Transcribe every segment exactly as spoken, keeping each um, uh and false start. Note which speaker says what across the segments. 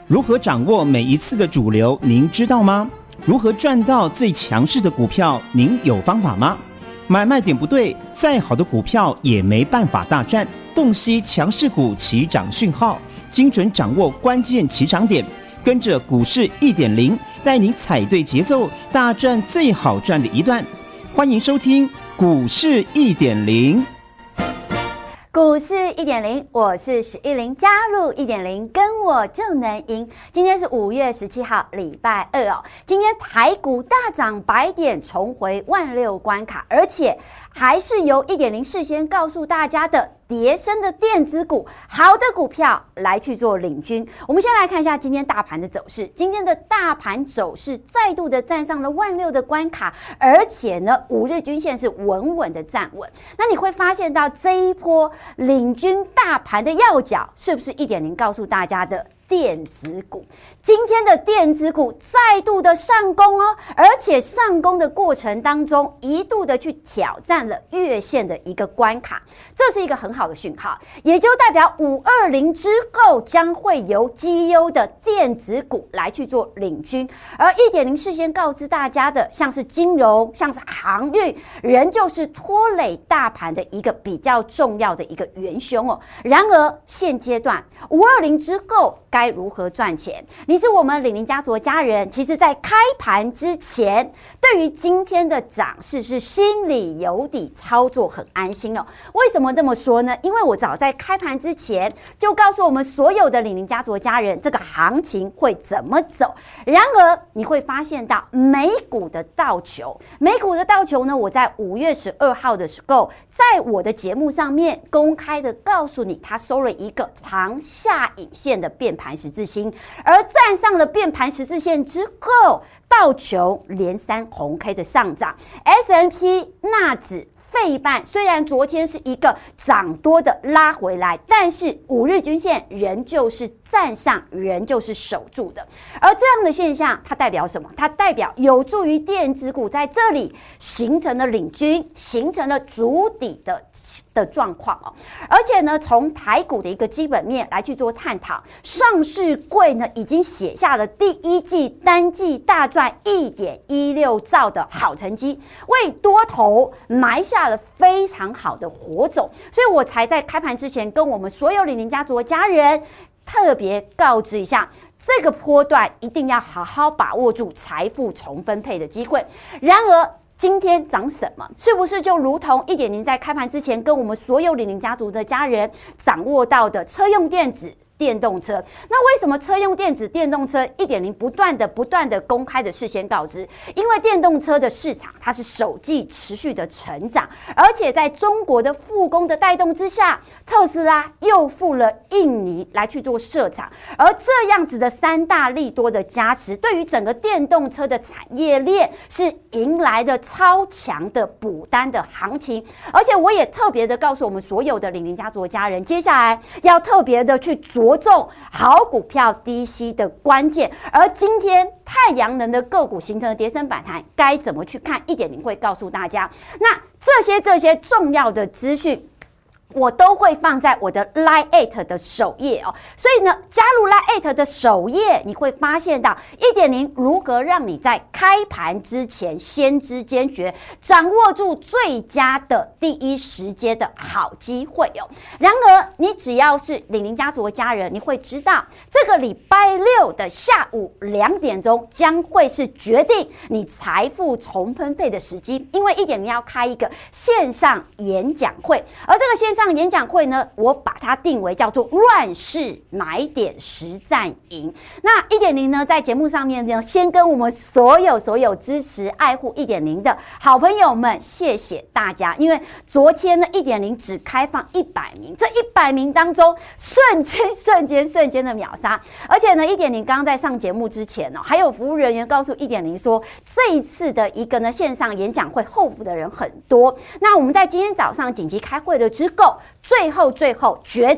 Speaker 1: 如何掌握每一次的主流，您知道吗？如何赚到最强势的股票，您有方法吗？买卖点不对，再好的股票也没办法大赚。洞悉强势股起涨讯号，精准掌握关键起涨点，跟着股市 一点零， 带您踩对节奏，大赚最好赚的一段。欢迎收听股市 一点零。
Speaker 2: 股市 一点零， 我是许玉玲，加入 一点零， 跟我就能赢。今天是五月十七号，礼拜二哦。今天台股大涨百点，重回万六关卡，而且还是由 一点零 事先告诉大家的跌升的电子股，好的股票来去做领军。我们先来看一下今天大盘的走势。今天的大盘走势再度的站上了万六的关卡，而且呢，五日均线是稳稳的站稳。那你会发现到这一波领军大盘的要角，是不是 一点零 告诉大家的电子股？今天的电子股再度的上攻哦，而且上攻的过程当中，一度的去挑战了月线的一个关卡，这是一个很好的讯号，也就代表五二零之后将会由绩优的电子股来去做领军。而 一点零 事先告知大家的，像是金融、像是航运，仍旧是拖累大盘的一个比较重要的一个元凶哦。然而现阶段五二零之后该如何赚钱？你是我们领领家族的家人，其实在开盘之前，对于今天的涨势是心里有底，操作很安心哦。为什么这么说呢？因为我早在开盘之前就告诉我们所有的领领家族的家人，这个行情会怎么走。然而你会发现到美股的道琼，美股的道琼呢，我在五月十二号的时候，在我的节目上面公开的告诉你，它收了一个长下影线的变盘十字星，而站上了变盘十字线之后，道琼连三红 K 的上涨 ，S and P 纳指费半虽然昨天是一个涨多的拉回来，但是五日均线仍旧是站上，仍旧是守住的。而这样的现象，它代表什么？它代表有助于电子股在这里形成了领军，形成了筑底的的状况哦。而且呢，从台股的一个基本面来去做探讨，上市柜呢已经写下了第一季单季大赚 一点一六兆的好成绩，为多头埋下了非常好的火种，所以我才在开盘之前跟我们所有领领家族的家人特别告知一下，这个波段一定要好好把握住财富重分配的机会。然而今天涨什么？是不是就如同 一点零 在开盘之前跟我们所有领领家族的家人掌握到的车用电子、电动车？那为什么车用电子、电动车 一点零 不断的、不断的公开的事先告知？因为电动车的市场它是首季持续的成长，而且在中国的复工的带动之下，特斯拉又赴了印尼来去做设厂，而这样子的三大利多的加持，对于整个电动车的产业链是迎来的超强的补单的行情。而且我也特别的告诉我们所有的领领家族的家人，接下来要特别的去着重好股票低息的关键。而今天太阳能的个股形成的跌升反弹，该怎么去看？ 一点零 会告诉大家。那这些这些重要的资讯，我都会放在我的 Line 的首页哦，所以呢，加入 Line 的首页，你会发现到 一点零 如何让你在开盘之前先知先觉，掌握住最佳的第一时间的好机会哦。然而，你只要是领领家族的家人，你会知道这个礼拜六的下午两点钟将会是决定你财富重分配的时机，因为 一点零 要开一个线上演讲会，而这个线上演讲会呢，我把它定为叫做乱世买点实战营。那 一点零 呢，在节目上面呢，先跟我们所有所有支持爱护 一点零 的好朋友们，谢谢大家。因为昨天呢 一点零 只开放一百名，这一百名当中瞬间瞬间瞬间的秒杀。而且呢 一点零 刚刚在上节目之前呢、哦，还有服务人员告诉 一点零 说，这一次的一个呢线上演讲会候补的人很多。那我们在今天早上紧急开会了之后，最后最后决定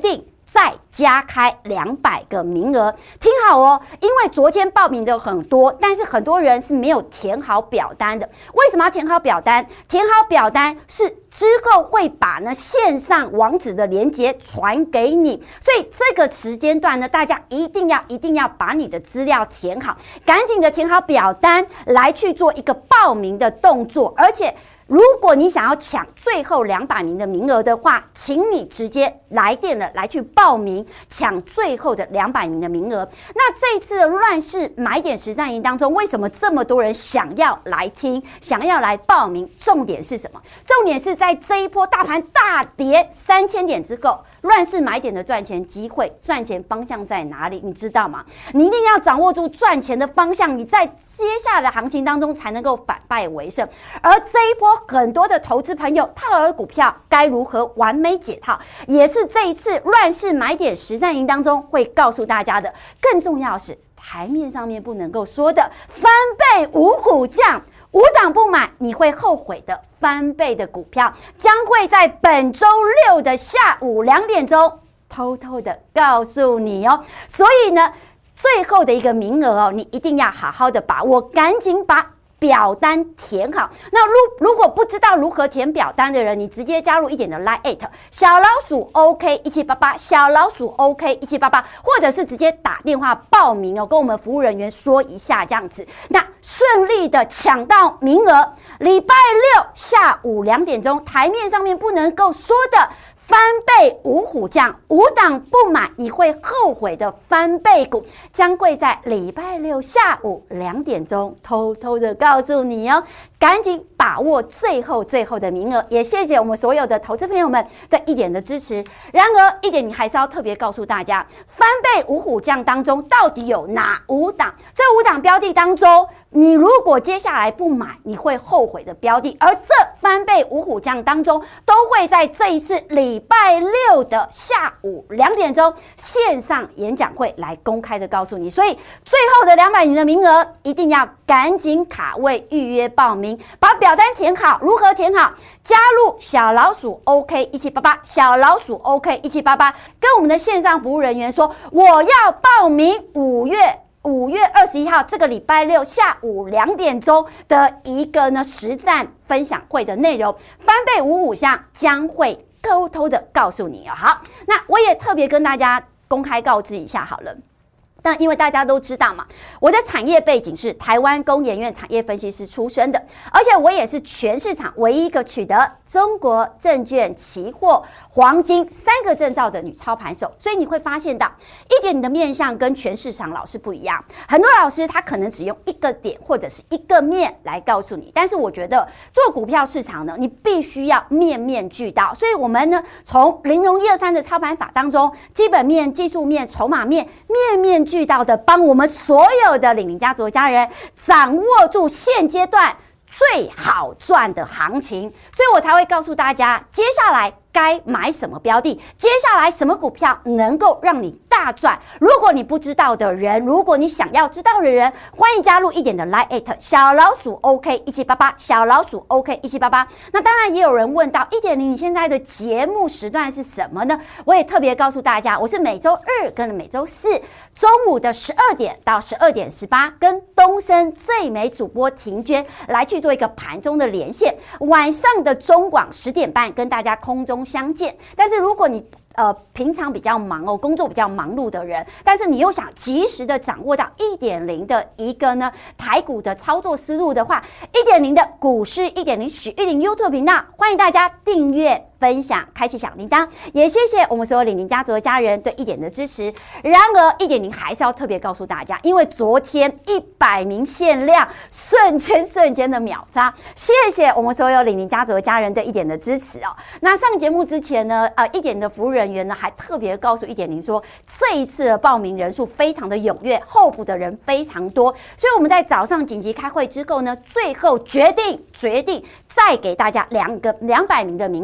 Speaker 2: 再加开两百个名额，听好哦，因为昨天报名的很多，但是很多人是没有填好表单的。为什么要填好表单？填好表单是之后会把呢线上网址的连结传给你，所以这个时间段呢，大家一定要一定要把你的资料填好，赶紧的填好表单来去做一个报名的动作，而且。如果你想要抢最后两百名的名额的话，请你直接来电了来去报名抢最后的两百名的名额。那这一次的乱世买点实战营当中，为什么这么多人想要来听，想要来报名？重点是什么？重点是在这一波大盘大跌三千点之后，乱世买点的赚钱机会、赚钱方向在哪里？你知道吗？你一定要掌握住赚钱的方向，你在接下来的行情当中才能够反败为胜。而这一波很多的投资朋友套牢的股票该如何完美解套，也是这一次乱世买点实战营当中会告诉大家的。更重要的是，台面上面不能够说的翻倍五虎将，五档不买你会后悔的翻倍的股票，将会在本周六的下午两点钟偷偷的告诉你哦。所以呢，最后的一个名额哦，你一定要好好的把握，赶紧把表单填好。那如如果不知道如何填表单的人，你直接加入一点的 Line 小老鼠 OK 一七八八 小老鼠 OK 一七八八，或者是直接打电话报名哦，跟我们服务人员说一下这样子，那顺利的抢到名额。礼拜六下午两点钟，台面上面不能够说的翻倍五虎将，五档不买你会后悔的翻倍股，将会在礼拜六下午两点钟偷偷的告诉你哦，赶紧把握最后最后的名额。也谢谢我们所有的投资朋友们的一点的支持。然而一点你还是要特别告诉大家，翻倍五虎将当中到底有哪五档？这五档标的当中，你如果接下来不买你会后悔的标的，而这翻倍五虎将当中都会在这一次礼拜六的下午两点钟线上演讲会来公开的告诉你。所以最后的两百名的名额一定要赶紧卡位预约报名，把表单填好。如何填好？加入小老鼠 OK 一七八八 小老鼠 OK 一七八八，跟我们的线上服务人员说我要报名五月五月二十一号这个礼拜六下午两点钟的一个呢实战分享会的内容，翻倍五虎将将会偷偷的告诉你哦。好，那我也特别跟大家公开告知一下好了。但因为大家都知道嘛，我的产业背景是台湾工研院产业分析师出身的，而且我也是全市场唯一一个取得中国证券期货黄金三个证照的女操盘手。所以你会发现到一点，你的面向跟全市场老师不一样。很多老师他可能只用一个点或者是一个面来告诉你，但是我觉得做股票市场呢，你必须要面面俱到。所以我们呢，从零融一二三的操盘法当中，基本面、技术面、筹码面，面面俱到的帮我们所有的领领家族家人掌握住现阶段最好赚的行情，所以我才会告诉大家接下来该买什么标的，接下来什么股票能够让你大赚。如果你不知道的人，如果你想要知道的人，欢迎加入一点的 Line 小老鼠 OK 一七八八 小老鼠 OK 一七八八。那当然也有人问到一点零，你现在的节目时段是什么呢？我也特别告诉大家，我是每周二跟每周四中午的十二点到十二点十八，跟东森最美主播婷娟来去做一个盘中的连线，晚上的中广十点半跟大家空中相见。但是如果你呃，平常比较忙哦，工作比较忙碌的人，但是你又想及时的掌握到一点零的一个呢台股的操作思路的话，一点零的股市一点零许玉玲 YouTube 频道，欢迎大家订阅、分享、开启小铃铛。也谢谢我们所有领领家族的家人对一点的支持。然而一点零还是要特别告诉大家，因为昨天一百名限量，瞬间瞬间的秒杀，谢谢我们所有领领家族的家人对一点的支持哦。那上节目之前呢，呃，一点的服务人员呢还特别告诉一点零说，这一次的报名人数非常的踊跃，候补的人非常多，所以我们在早上紧急开会之后呢，最后决定决定再给大家两个两百名的名额哦。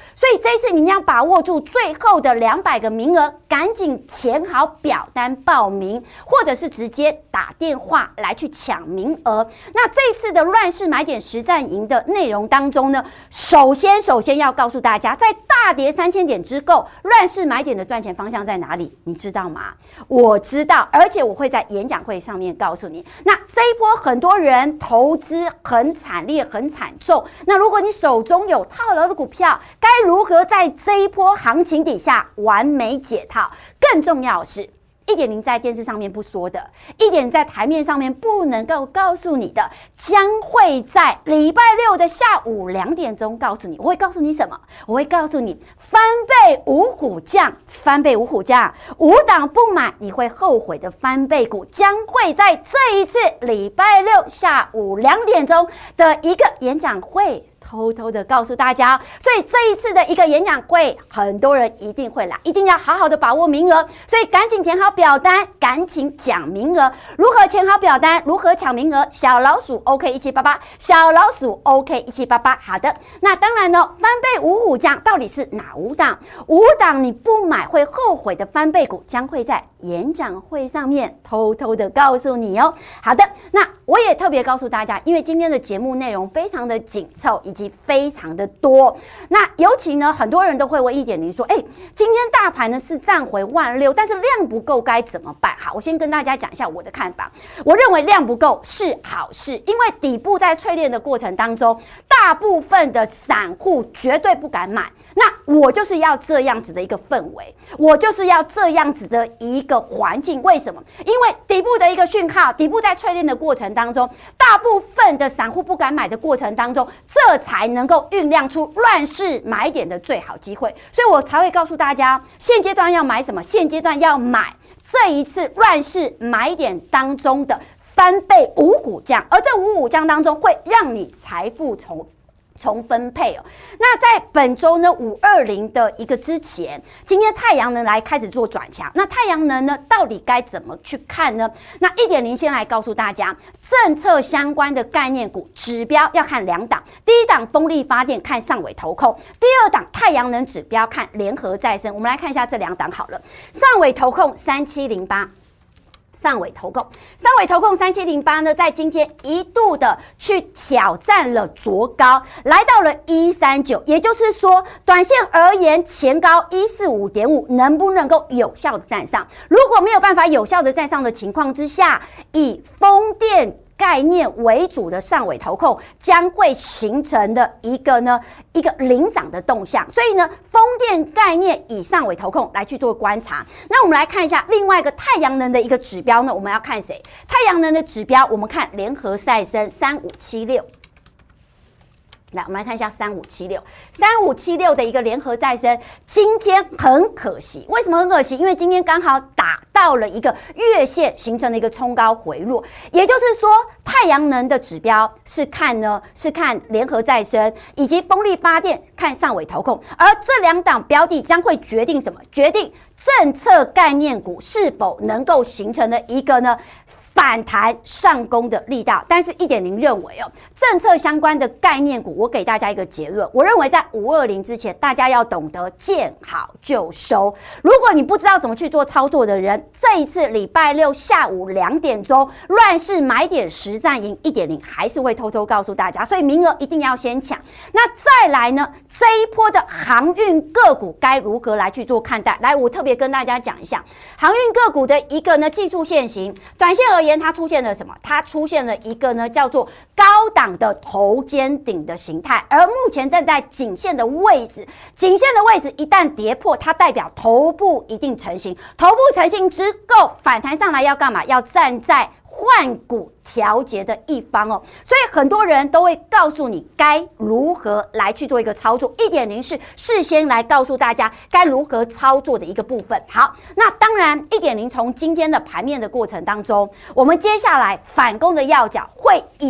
Speaker 2: 所以这一次你要把握住最后的两百个名额，赶紧填好表单报名，或者是直接打电话来去抢名额。那这次的乱世买点实战营的内容当中呢，首先首先要告诉大家，在大跌三千点之后，乱世买点的赚钱方向在哪里？你知道吗？我知道，而且我会在演讲会上面告诉你。那这一波很多人投资很惨烈、很惨重。那如果你手中有套牢的股票，该如何在这一波行情底下完美解套？更重要的是，一点零在电视上面不说的，一点在台面上面不能够告诉你的，将会在礼拜六的下午两点钟告诉你。我会告诉你什么？我会告诉你翻倍五虎将，翻倍五虎将，五档不买你会后悔的翻倍股，将会在这一次礼拜六下午两点钟的一个演讲会偷偷的告诉大家。所以这一次的一个演讲会，很多人一定会来，一定要好好的把握名额，所以赶紧填好表单，赶紧抢名额。如何填好表单？如何抢名额？小老鼠 OK 一七八八，小老鼠 OK 一七八八。好的，那当然呢，翻倍五虎将到底是哪五档？五档你不买会后悔的翻倍股，将会在演讲会上面偷偷的告诉你哦。好的，那我也特别告诉大家，因为今天的节目内容非常的紧凑，以及非常的多。那尤其呢，很多人都会问一点零说，哎，今天大盘呢是站回万六，但是量不够，该怎么办？好，我先跟大家讲一下我的看法。我认为量不够是好事，因为底部在淬炼的过程当中，大部分的散户绝对不敢买。那我就是要这样子的一个氛围，我就是要这样子的一个环境。为什么？因为底部的一个讯号，底部在淬炼的过程当中，大部分的散户不敢买的过程当中，这才能够酝酿出乱世买点的最好机会。所以我才会告诉大家，现阶段要买什么？现阶段要买这一次乱世买点当中的翻倍五虎将，而这五虎将当中会让你财富重重分配哦。那在本周呢五二零的一个之前，今天太阳能来开始做转强。那太阳能呢，到底该怎么去看呢？那一点零先来告诉大家，政策相关的概念股指标要看两档，第一档风力发电看上尾投控，第二档太阳能指标看联合再生。我们来看一下这两档好了，上尾投控三七零八。上尾投控，上尾投控三七零八呢，在今天一度的去挑战了昨高，来到了一三九，也就是说，短线而言，前高一四五点五能不能够有效的站上？如果没有办法有效的站上的情况之下，以风电概念为主的上尾投控将会形成的一个呢一个领涨的动向，所以呢，风电概念以上尾投控来去做观察。那我们来看一下另外一个太阳能的一个指标呢，我们要看谁？太阳能的指标，我们看联合再生三五七六。来，我们来看一下三五七六，三五七六的一个联合再生，今天很可惜，为什么很可惜？因为今天刚好打到了一个月线，形成了一个冲高回落，也就是说，太阳能的指标是看呢，是看联合再生以及风力发电看上尾投控，而这两档标的将会决定什么？决定政策概念股是否能够形成的一个呢？反弹上攻的力道，但是一点零认为哦，政策相关的概念股，我给大家一个结论，我认为在五二零之前，大家要懂得见好就收。如果你不知道怎么去做操作的人，这一次礼拜六下午两点钟，乱世买点实战营一点零还是会偷偷告诉大家，所以名额一定要先抢。那再来呢，这一波的航运个股该如何来去做看待？来，我特别跟大家讲一下航运个股的一个呢技术线型，短线而言，它出现了什么？它出现了一个呢叫做高档的头肩顶的形态，而目前站在颈线的位置，颈线的位置一旦跌破，它代表头部一定成型，头部成型之后反弹上来要干嘛？要站在换股调节的一方哦，所以很多人都会告诉你该如何来去做一个操作。一点零是事先来告诉大家该如何操作的一个部分。好，那当然一点零从今天的盘面的过程当中，我们接下来反攻的要角会以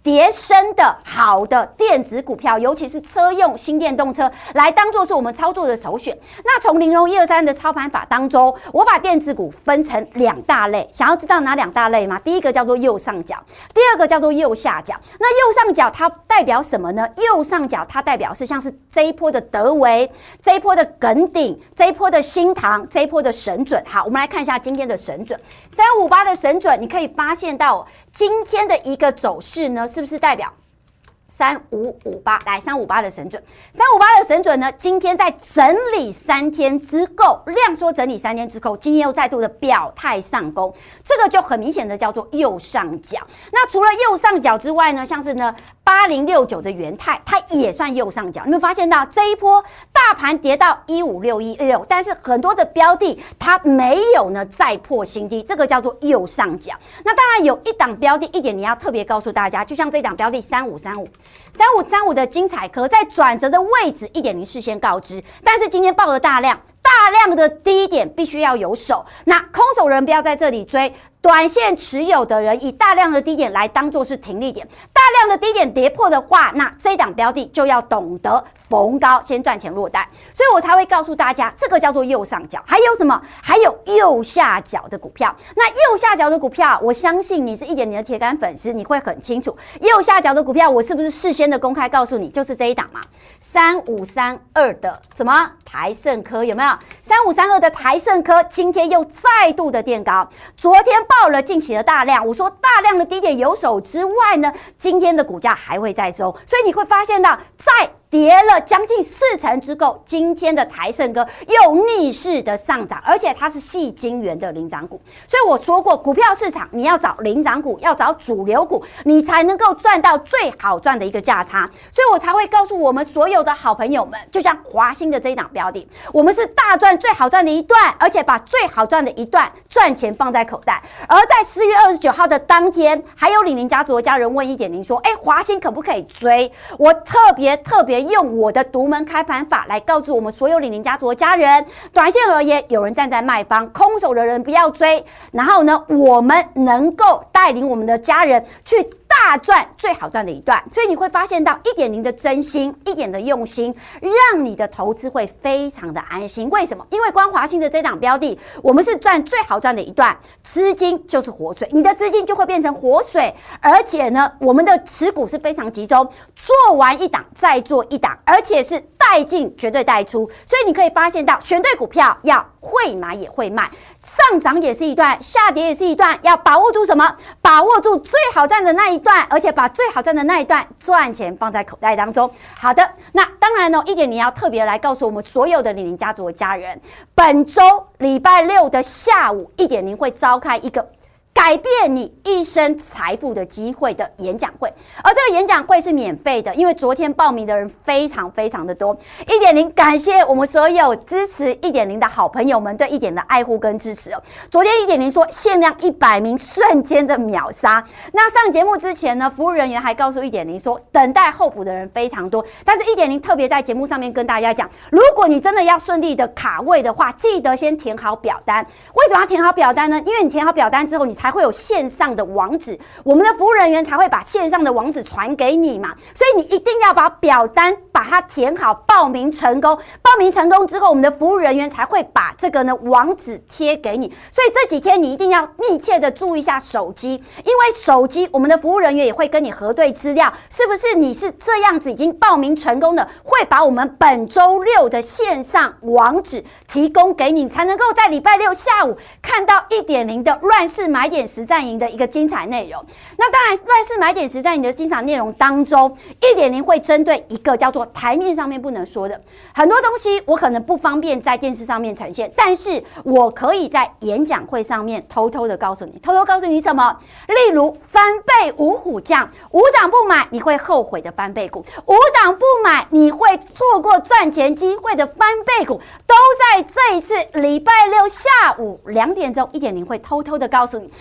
Speaker 2: 跌升的好的电子股票，尤其是车用新电动车，来当做是我们操作的首选。那从玲珑一二三的操盘法当中，我把电子股分成两大类，想要知道哪两大类吗？第一个叫做右上角，第二个叫做右下角。那右上角它代表什么呢？右上角它代表是像是这一波的德微，这一波的耿鼎，这一波的新唐，这一波的神准。好，我们来看一下今天的神准三五八的神准，你可以发现到今天的一个走势呢，是不是代表三五五八？来，三五八的神准，三五八的神准呢，今天在整理三天之后，量缩整理三天之后，今天又再度的表态上攻，这个就很明显的叫做右上角。那除了右上角之外呢，像是呢八零六九的元泰，它也算右上角。你们发现到这一波大盘跌到一五六一六，但是很多的标的它没有呢再破新低，这个叫做右上角。那当然有一档标的，一点你要特别告诉大家，就像这档标的三五三五。三五三五的精彩科在转折的位置一点零事先告知，但是今天爆了大量，大量的低点必须要有手，那空手人不要在这里追，短线持有的人以大量的低点来当做是停利点，大量的低点跌破的话，那这一档标的就要懂得逢高先赚钱落袋，所以我才会告诉大家，这个叫做右上角。还有什么？还有右下角的股票。那右下角的股票，我相信你是一点零的铁杆粉丝，你会很清楚右下角的股票，我是不是事先的公开告诉你，就是这一档嘛？三五三二的什么台盛科有没有？三五三二的台盛科今天又再度的垫高，昨天爆了近期的大量，我说大量的低点有手之外呢，今天的股价还会再收，所以你会发现到在跌了将近四成之后，今天的台盛科又逆势的上涨，而且它是矽晶圆的领涨股。所以我说过，股票市场你要找领涨股，要找主流股，你才能够赚到最好赚的一个价差。所以我才会告诉我们所有的好朋友们，就像华兴的这一档标的，我们是大赚最好赚的一段，而且把最好赚的一段赚钱放在口袋。而在四月二十九号的当天，还有领林家族的家人问一点零说，哎，华兴可不可以追？我特别特别用我的独门开盘法来告诉我们所有领林家族的家人，短线而言，有人站在卖方，空手的人不要追。然后呢，我们能够带领我们的家人去大赚最好赚的一段，所以你会发现到一点零的真心，一点的用心，让你的投资会非常的安心。为什么？因为光华兴的这档标的，我们是赚最好赚的一段，资金就是活水，你的资金就会变成活水，而且呢，我们的持股是非常集中，做完一档再做一档，而且是带进绝对带出，所以你可以发现到选对股票要会买也会卖，上涨也是一段，下跌也是一段，要把握住什么？把握住最好赚的那一段，而且把最好赚的那一段赚钱放在口袋当中。好的，那当然呢，一点你要特别来告诉我们所有的领林家族的家人，本周礼拜六的下午一点零会召开一个改变你一生财富的机会的演讲会，而这个演讲会是免费的，因为昨天报名的人非常非常的多。一点零感谢我们所有支持一点零的好朋友们对一点的爱护跟支持哦。昨天一点零说限量一百名，瞬间的秒杀。那上节目之前呢，服务人员还告诉一点零说，等待候补的人非常多，但是一点零特别在节目上面跟大家讲，如果你真的要顺利的卡位的话，记得先填好表单。为什么要填好表单呢？因为你填好表单之后，你才才会有线上的网址，我们的服务人员才会把线上的网址传给你嘛，所以你一定要把表单把它填好，报名成功，报名成功之后，我们的服务人员才会把这个呢网址贴给你，所以这几天你一定要密切的注意一下手机，因为手机我们的服务人员也会跟你核对资料，是不是你是这样子已经报名成功的，会把我们本周六的线上网址提供给你，才能够在礼拜六下午看到 一点零 的乱世买点实战营的一个精彩内容。那当然乱世买点实战营的精彩内容当中， 一点零 会针对一个叫做台面上面不能说的很多东西，我可能不方便在电视上面呈现，但是我可以在演讲会上面偷偷的告诉你，偷偷告诉你什么？例如翻倍五虎将，五档不买你会后悔的翻倍股，五档不买你会错过赚钱机会的翻倍股，都在这一次礼拜六下午两点钟 一点零 会偷偷的告诉你。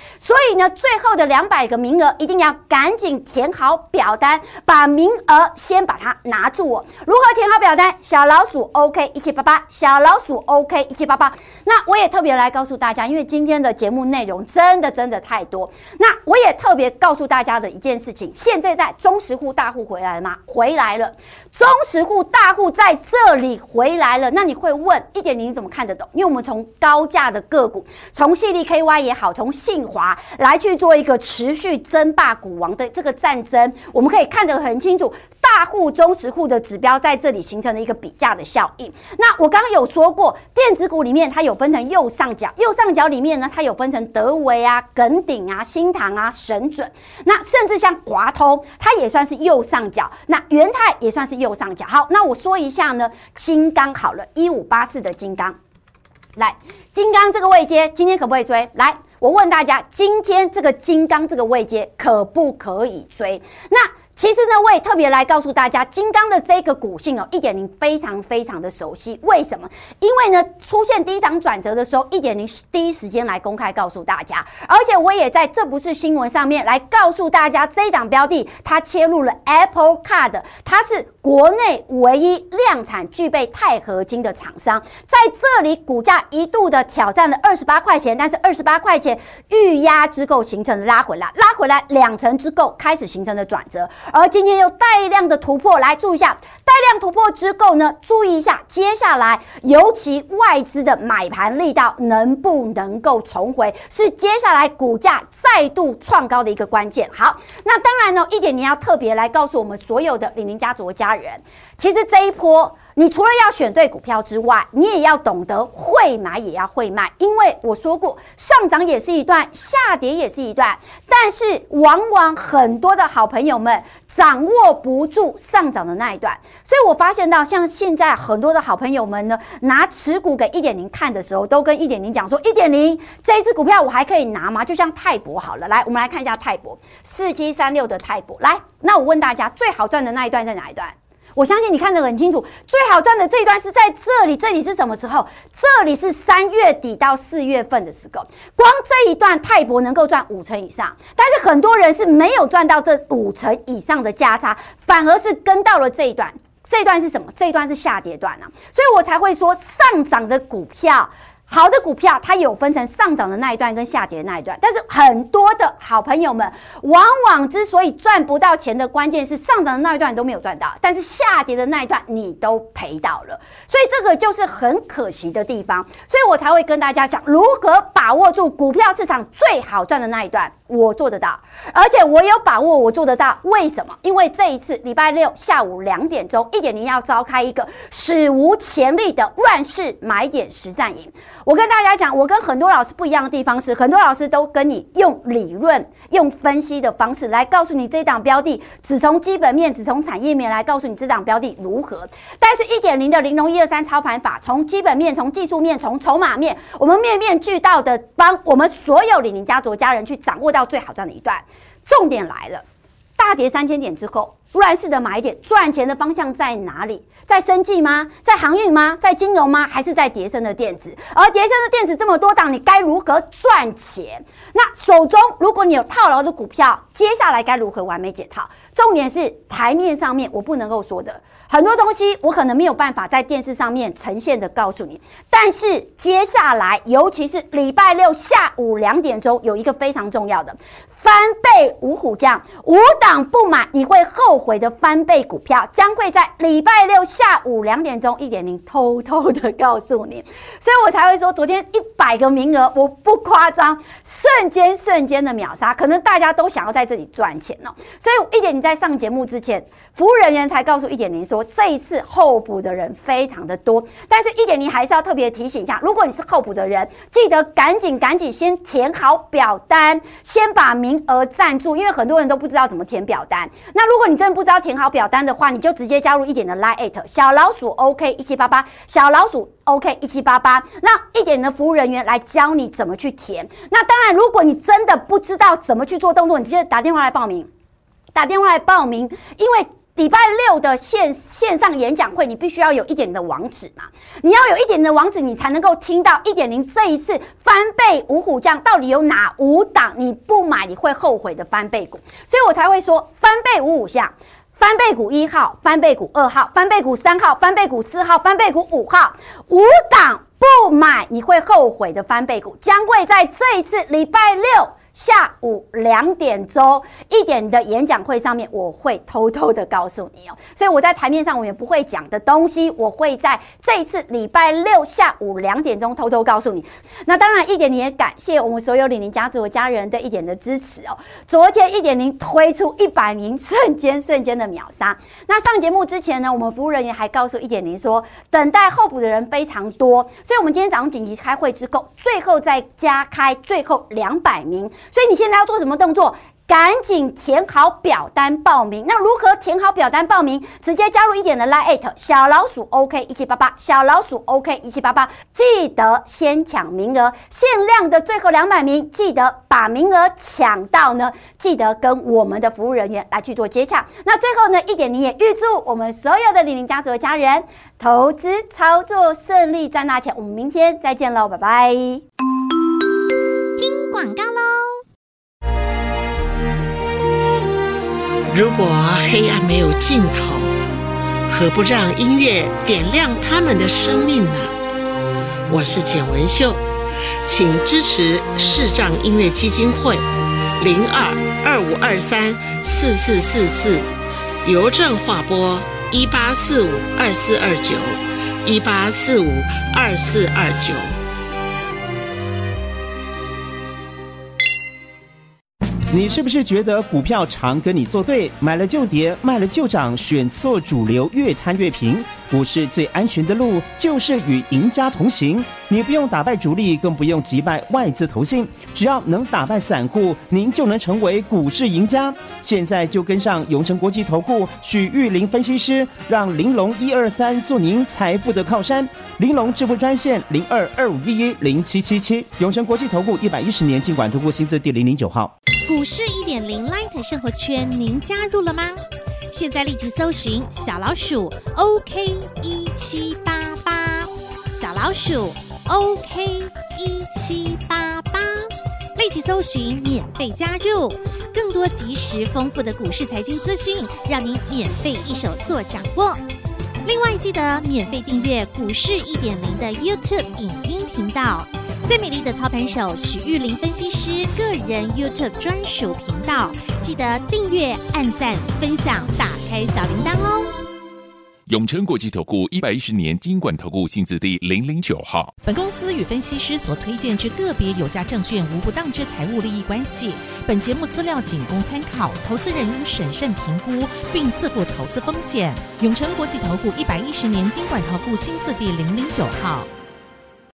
Speaker 2: 所以呢，最后的两百个名额一定要赶紧填好表单，把名额先把它拿住哦。如何填好表单？小老鼠 OK 一七八八，小老鼠 OK 一七八八。那我也特别来告诉大家，因为今天的节目内容真的真的太多，那我也特别告诉大家的一件事情，现在在中实户大户回来了吗？回来了，中实户大户在这里回来了。那你会问一点零怎么看得懂？因为我们从高价的个股，从矽力 K Y 也好，从信华来去做一个持续争霸股王的这个战争，我们可以看得很清楚，大户、中实户的指标在这里形成了一个比价的效应。那我刚刚有说过，电子股里面它有分成右上角，右上角里面呢，它有分成德微啊、耿鼎啊、新唐啊、神准，那甚至像华通，它也算是右上角，那元泰也算是右上角。好，那我说一下呢，金刚好了，一五八四的金刚，来，金刚这个位阶，今天可不可以追？来，我问大家，今天这个金刚这个位阶可不可以追？那其实呢，我也特别来告诉大家，金刚的这个股性哦 ，一点零 非常非常的熟悉。为什么？因为呢，出现低档转折的时候，一点零第一时间来公开告诉大家，而且我也在这不是新闻上面来告诉大家，这一档标的它切入了 Apple Card， 它是国内唯一量产具备钛合金的厂商，在这里股价一度的挑战了二十八块钱，但是二十八块钱预压之后形成了拉回来，拉回来两成之后开始形成了转折。而今天又带量的突破，来注意一下，带量突破之后呢，注意一下接下来，尤其外资的买盘力道能不能够重回，是接下来股价再度创高的一个关键。好，那当然呢，一点你要特别来告诉我们所有的领领家族的家人，其实这一波，你除了要选对股票之外，你也要懂得会买也要会卖，因为我说过，上涨也是一段，下跌也是一段，但是往往很多的好朋友们掌握不住上涨的那一段，所以我发现到像现在很多的好朋友们呢，拿持股给一点零看的时候，都跟一点零讲说，一点零这一支股票我还可以拿吗？就像泰博好了，来我们来看一下泰博四七三六的泰博，来，那我问大家最好赚的那一段在哪一段？我相信你看得很清楚，最好赚的这一段是在这里，这里是什么时候？这里是三月底到四月份的时候，光这一段泰博能够赚五成以上，但是很多人是没有赚到这五成以上的价差，反而是跟到了这一段。这一段是什么？这一段是下跌段啊，所以我才会说上涨的股票。好的股票，它有分成上涨的那一段跟下跌的那一段，但是很多的好朋友们，往往之所以赚不到钱的关键是上涨的那一段你都没有赚到，但是下跌的那一段你都赔到了，所以这个就是很可惜的地方，所以我才会跟大家讲如何把握住股票市场最好赚的那一段。我做得到，而且我有把握我做得到。为什么？因为这一次礼拜六下午两点钟，一点零要召开一个史无前例的乱世买点实战营。我跟大家讲，我跟很多老师不一样的地方是，很多老师都跟你用理论、用分析的方式来告诉你这档标的，只从基本面、只从产业面来告诉你这档标的如何。但是一点零的玲珑一二三操盘法，从基本面、从技术面、从筹码面，我们面面俱到的帮我们所有领领家族家人去掌握到最好赚的一段。重点来了，大跌三千点之后，乱世的买点赚钱的方向在哪里？在生技吗？在航运吗？在金融吗？还是在跌升的电子？而跌升的电子这么多档，你该如何赚钱？那手中如果你有套牢的股票，接下来该如何完美解套？重点是台面上面我不能够说的很多东西，我可能没有办法在电视上面呈现的告诉你。但是接下来，尤其是礼拜六下午两点钟，有一个非常重要的翻倍五虎将，五档不买你会后悔的翻倍股票，将会在礼拜六下午两点钟一点零偷偷的告诉你。所以我才会说，昨天一百个名额，我不夸张，瞬间瞬间的秒杀，可能大家都想要在这里赚钱哦。所以一点零在上节目之前，服务人员才告诉一点零说，这一次候补的人非常的多，但是一点零还是要特别提醒一下，如果你是候补的人，记得赶紧赶紧先填好表单，先把名额占住，因为很多人都不知道怎么填表单。那如果你真的不知道填好表单的话，你就直接加入一点的 Line 小老鼠 OK 一七八八，小老鼠 OK 一七八八，让一点的服务人员来教你怎么去填。那当然，如果你真的不知道怎么去做动作，你直接打电话来报名。打电话来报名，因为礼拜六的线线上演讲会，你必须要有一点的网址嘛？你要有一点的网址，你才能够听到一点零这一次翻倍五虎将到底有哪五档你不买你会后悔的翻倍股，所以我才会说翻倍五虎将。翻倍股一号、翻倍股二号、翻倍股三号、翻倍股四号、翻倍股五号，五档不买你会后悔的翻倍股，将会在这一次礼拜六下午两点钟一点的演讲会上面，我会偷偷的告诉你哦。所以我在台面上我也不会讲的东西，我会在这一次礼拜六下午两点钟偷偷告诉你。那当然，一点零也感谢我们所有李宁家族的家人的一点的支持哦。昨天一点零推出一百名瞬间瞬间的秒杀。那上节目之前呢，我们服务人员还告诉一点零说，等待候补的人非常多，所以我们今天早上紧急开会之后，最后再加开最后两百名。所以你现在要做什么动作？赶紧填好表单报名。那如何填好表单报名？直接加入一点的 Line 小老鼠 OK 一七八八，小老鼠 OK 一七八八，记得先抢名额，限量的最后两百名，记得把名额抢到呢，记得跟我们的服务人员来去做接洽。那最后呢，一点零也预祝我们所有的李宁家族的家人投资操作顺利，赚大钱。我们明天再见喽，拜拜。听
Speaker 3: 广告喽。如果黑暗没有尽头，何不让音乐点亮他们的生命呢？我是简文秀，请支持视障音乐基金会零二二五二三四四四四，邮政划拨一八四五二四二九一八四五二四二九。
Speaker 1: 你是不是觉得股票常跟你作对，买了就跌，卖了就涨，选错主流，越摊越平？股市最安全的路就是与赢家同行，你不用打败主力，更不用击败外资投信，只要能打败散户，您就能成为股市赢家。现在就跟上永诚国际投顾许玉玲分析师，让玲珑一二三做您财富的靠山。玲珑致富专线零二二五一一零七七七，永诚国际投顾一百一十年金管投顾新字第零零九号。
Speaker 3: 股市一点零 Light 生活圈，您加入了吗？现在立即搜寻小老鼠 OK 一七八八，小老鼠 OK 一七八八，立即搜寻免费加入，更多及时丰富的股市财经资讯，让您免费一手做掌握。另外记得免费订阅股市一点零的 YouTube 影音频道，最美丽的操盘手许玉玲分析师个人 YouTube 专属频道，记得订阅、按赞、分享，打开小铃铛哦。
Speaker 4: 永诚国际投顾一百一十年金管投顾新字第零零九号。
Speaker 5: 本公司与分析师所推荐之个别有价证券无不当之财务利益关系。本节目资料仅供参考，投资人应审慎评估并自负投资风险。永诚国际投顾一百一十年金管投顾新字第零零九号。